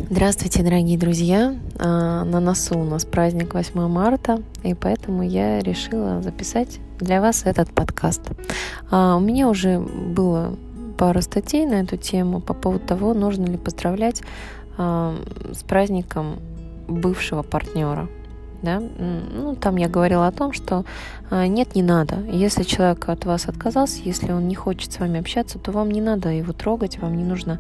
Здравствуйте, дорогие друзья! На носу у нас праздник 8 марта, и поэтому я решила записать для вас этот подкаст. У меня уже было пару статей на эту тему по поводу того, нужно ли поздравлять с праздником бывшего партнера. Да? Там я говорила о том, что нет, не надо. Если человек от вас отказался, если он не хочет с вами общаться, то вам не надо его трогать, вам не нужно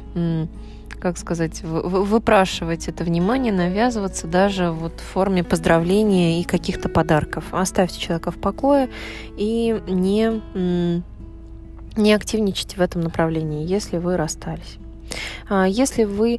выпрашивать это внимание, навязываться даже в форме поздравления и каких-то подарков. Оставьте человека в покое и не активничайте в этом направлении, если вы расстались. Если вы,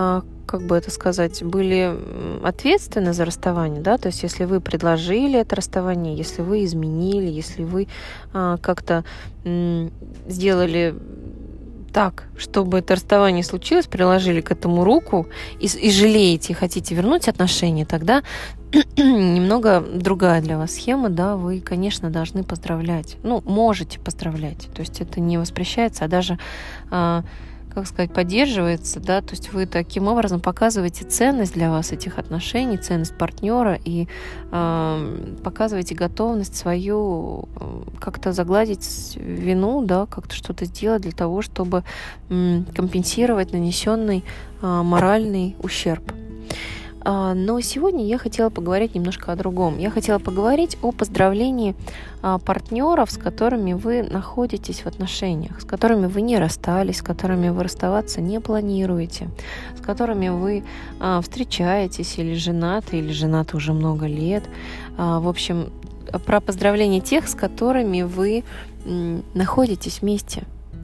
были ответственны за расставание, да, то есть если вы предложили это расставание, если вы изменили, если вы как-то сделали так, чтобы это расставание случилось, приложили к этому руку и жалеете, и хотите вернуть отношения, тогда немного другая для вас схема, да, вы, конечно, должны поздравлять. Можете поздравлять, то есть это не воспрещается, а даже поддерживается, да, то есть вы таким образом показываете ценность для вас этих отношений, ценность партнера и показываете готовность свою как-то загладить вину, да, как-то что-то сделать для того, чтобы компенсировать нанесенный моральный ущерб. Но сегодня я хотела поговорить немножко о другом. Я хотела поговорить о поздравлении партнеров, с которыми вы находитесь в отношениях, с которыми вы не расстались, с которыми вы расставаться не планируете, с которыми вы встречаетесь или женаты уже много лет. В общем, про поздравление тех, с которыми вы находитесь вместе.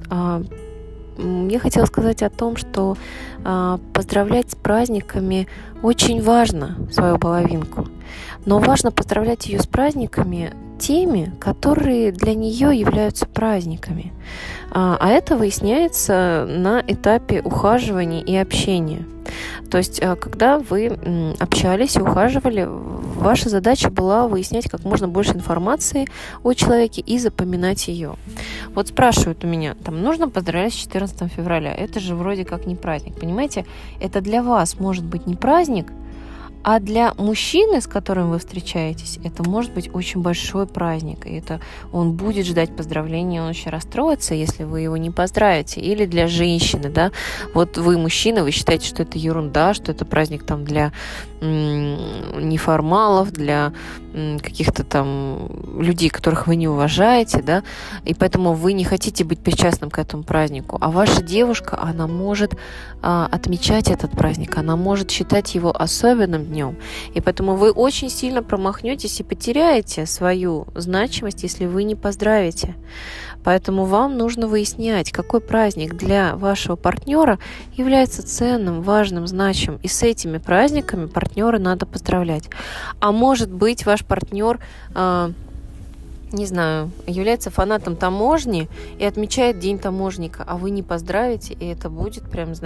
Я хотела сказать о том, что поздравлять с праздниками очень важно свою половинку, но важно поздравлять ее с праздниками теми, которые для нее являются праздниками. А это выясняется на этапе ухаживания и общения. То есть, когда вы общались и ухаживали, ваша задача была выяснять как можно больше информации о человеке и запоминать ее. Вот спрашивают у меня, нужно поздравлять с 14 февраля, это же вроде как не праздник, понимаете? Это для вас может быть не праздник, а для мужчины, с которым вы встречаетесь, это может быть очень большой праздник. И он будет ждать поздравления, он очень расстроится, если вы его не поздравите. Или для женщины, да, вот вы мужчина, вы считаете, что это ерунда, что это праздник для неформалов, для каких-то людей, которых вы не уважаете, да, и поэтому вы не хотите быть причастным к этому празднику. А ваша девушка, она может отмечать этот праздник, она может считать его особенным днем. И поэтому вы очень сильно промахнетесь и потеряете свою значимость, если вы не поздравите. Поэтому вам нужно выяснять, какой праздник для вашего партнера является ценным, важным, значимым. И с этими праздниками партнера надо поздравлять. А может быть, ваш партнер является фанатом таможни и отмечает День таможника, а вы не поздравите, и это будет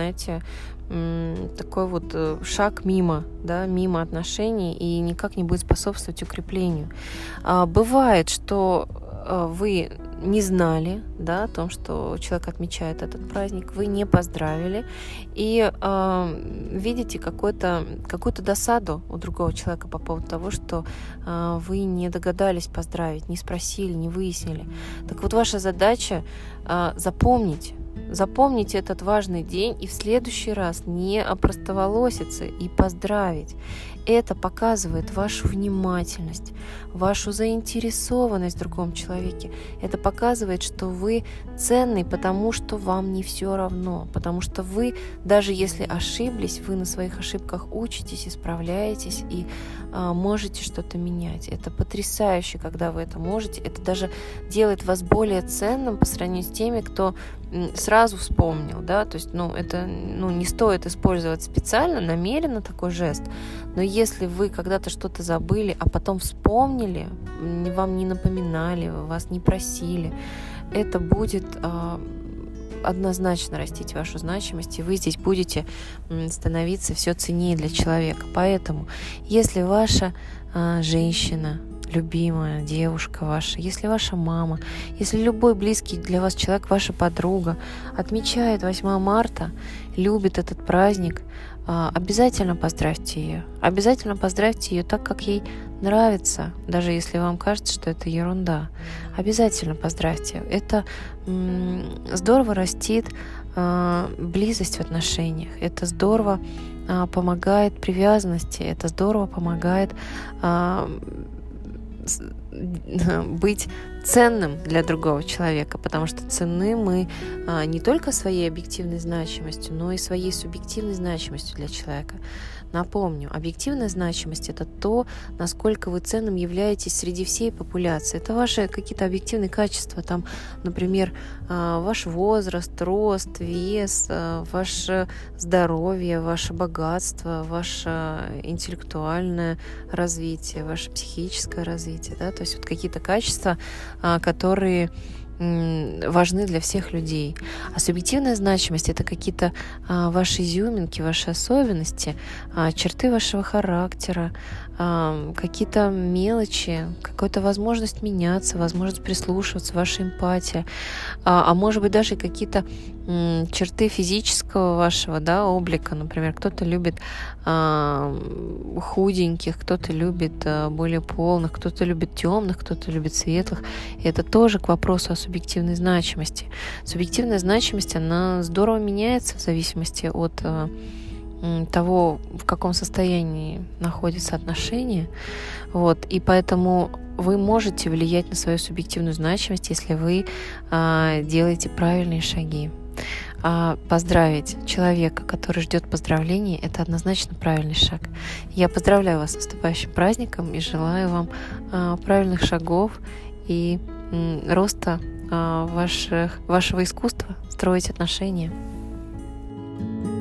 такой шаг мимо отношений и никак не будет способствовать укреплению. Бывает, что вы не знали, да, о том, что человек отмечает этот праздник, вы не поздравили и видите какую-то досаду у другого человека по поводу того, что вы не догадались поздравить, не спросили, не выяснили. Так вот, ваша задача запомнить этот важный день и в следующий раз не опростоволоситься и поздравить. Это показывает вашу внимательность, вашу заинтересованность в другом человеке. Это показывает, что вы ценный, потому что вам не все равно, потому что вы, даже если ошиблись, вы на своих ошибках учитесь, исправляетесь и можете что-то менять. Это потрясающе, когда вы это можете. Это даже делает вас более ценным по сравнению с теми, кто сразу вспомнил, да, то есть, это, не стоит использовать специально, намеренно такой жест, но если вы когда-то что-то забыли, а потом вспомнили, вам не напоминали, вас не просили, это будет однозначно растить вашу значимость, и вы здесь будете становиться все ценнее для человека. Поэтому, если ваша женщина, любимая девушка ваша, если ваша мама, если любой близкий для вас человек, ваша подруга, отмечает 8 марта, любит этот праздник, обязательно поздравьте ее. Обязательно поздравьте ее так, как ей нравится, даже если вам кажется, что это ерунда. Обязательно поздравьте. Это здорово растит близость в отношениях. Это здорово помогает привязанности. Это здорово помогает быть ценным для другого человека, потому что ценны мы не только своей объективной значимостью, но и своей субъективной значимостью для человека. Напомню, объективная значимость — это то, насколько вы ценным являетесь среди всей популяции. Это ваши какие-то объективные качества, там, например, ваш возраст, рост, вес, ваше здоровье, ваше богатство, ваше интеллектуальное развитие, ваше психическое развитие, да, то есть вот какие-то качества, которые важны для всех людей. А субъективная значимость — это какие-то ваши изюминки, ваши особенности, черты вашего характера, какие-то мелочи, какая-то возможность меняться, возможность прислушиваться, ваша эмпатия, а может быть даже какие-то черты физического вашего, да, облика. Например, кто-то любит худеньких, кто-то любит более полных, кто-то любит темных, кто-то любит светлых. И это тоже к вопросу о субъективной значимости. Субъективная значимость, она здорово меняется в зависимости от того, в каком состоянии находятся отношения. Вот. И поэтому вы можете влиять на свою субъективную значимость, если вы делаете правильные шаги. Поздравить человека, который ждет поздравлений, это однозначно правильный шаг. Я поздравляю вас с наступающим праздником и желаю вам правильных шагов и роста вашего искусства строить отношения.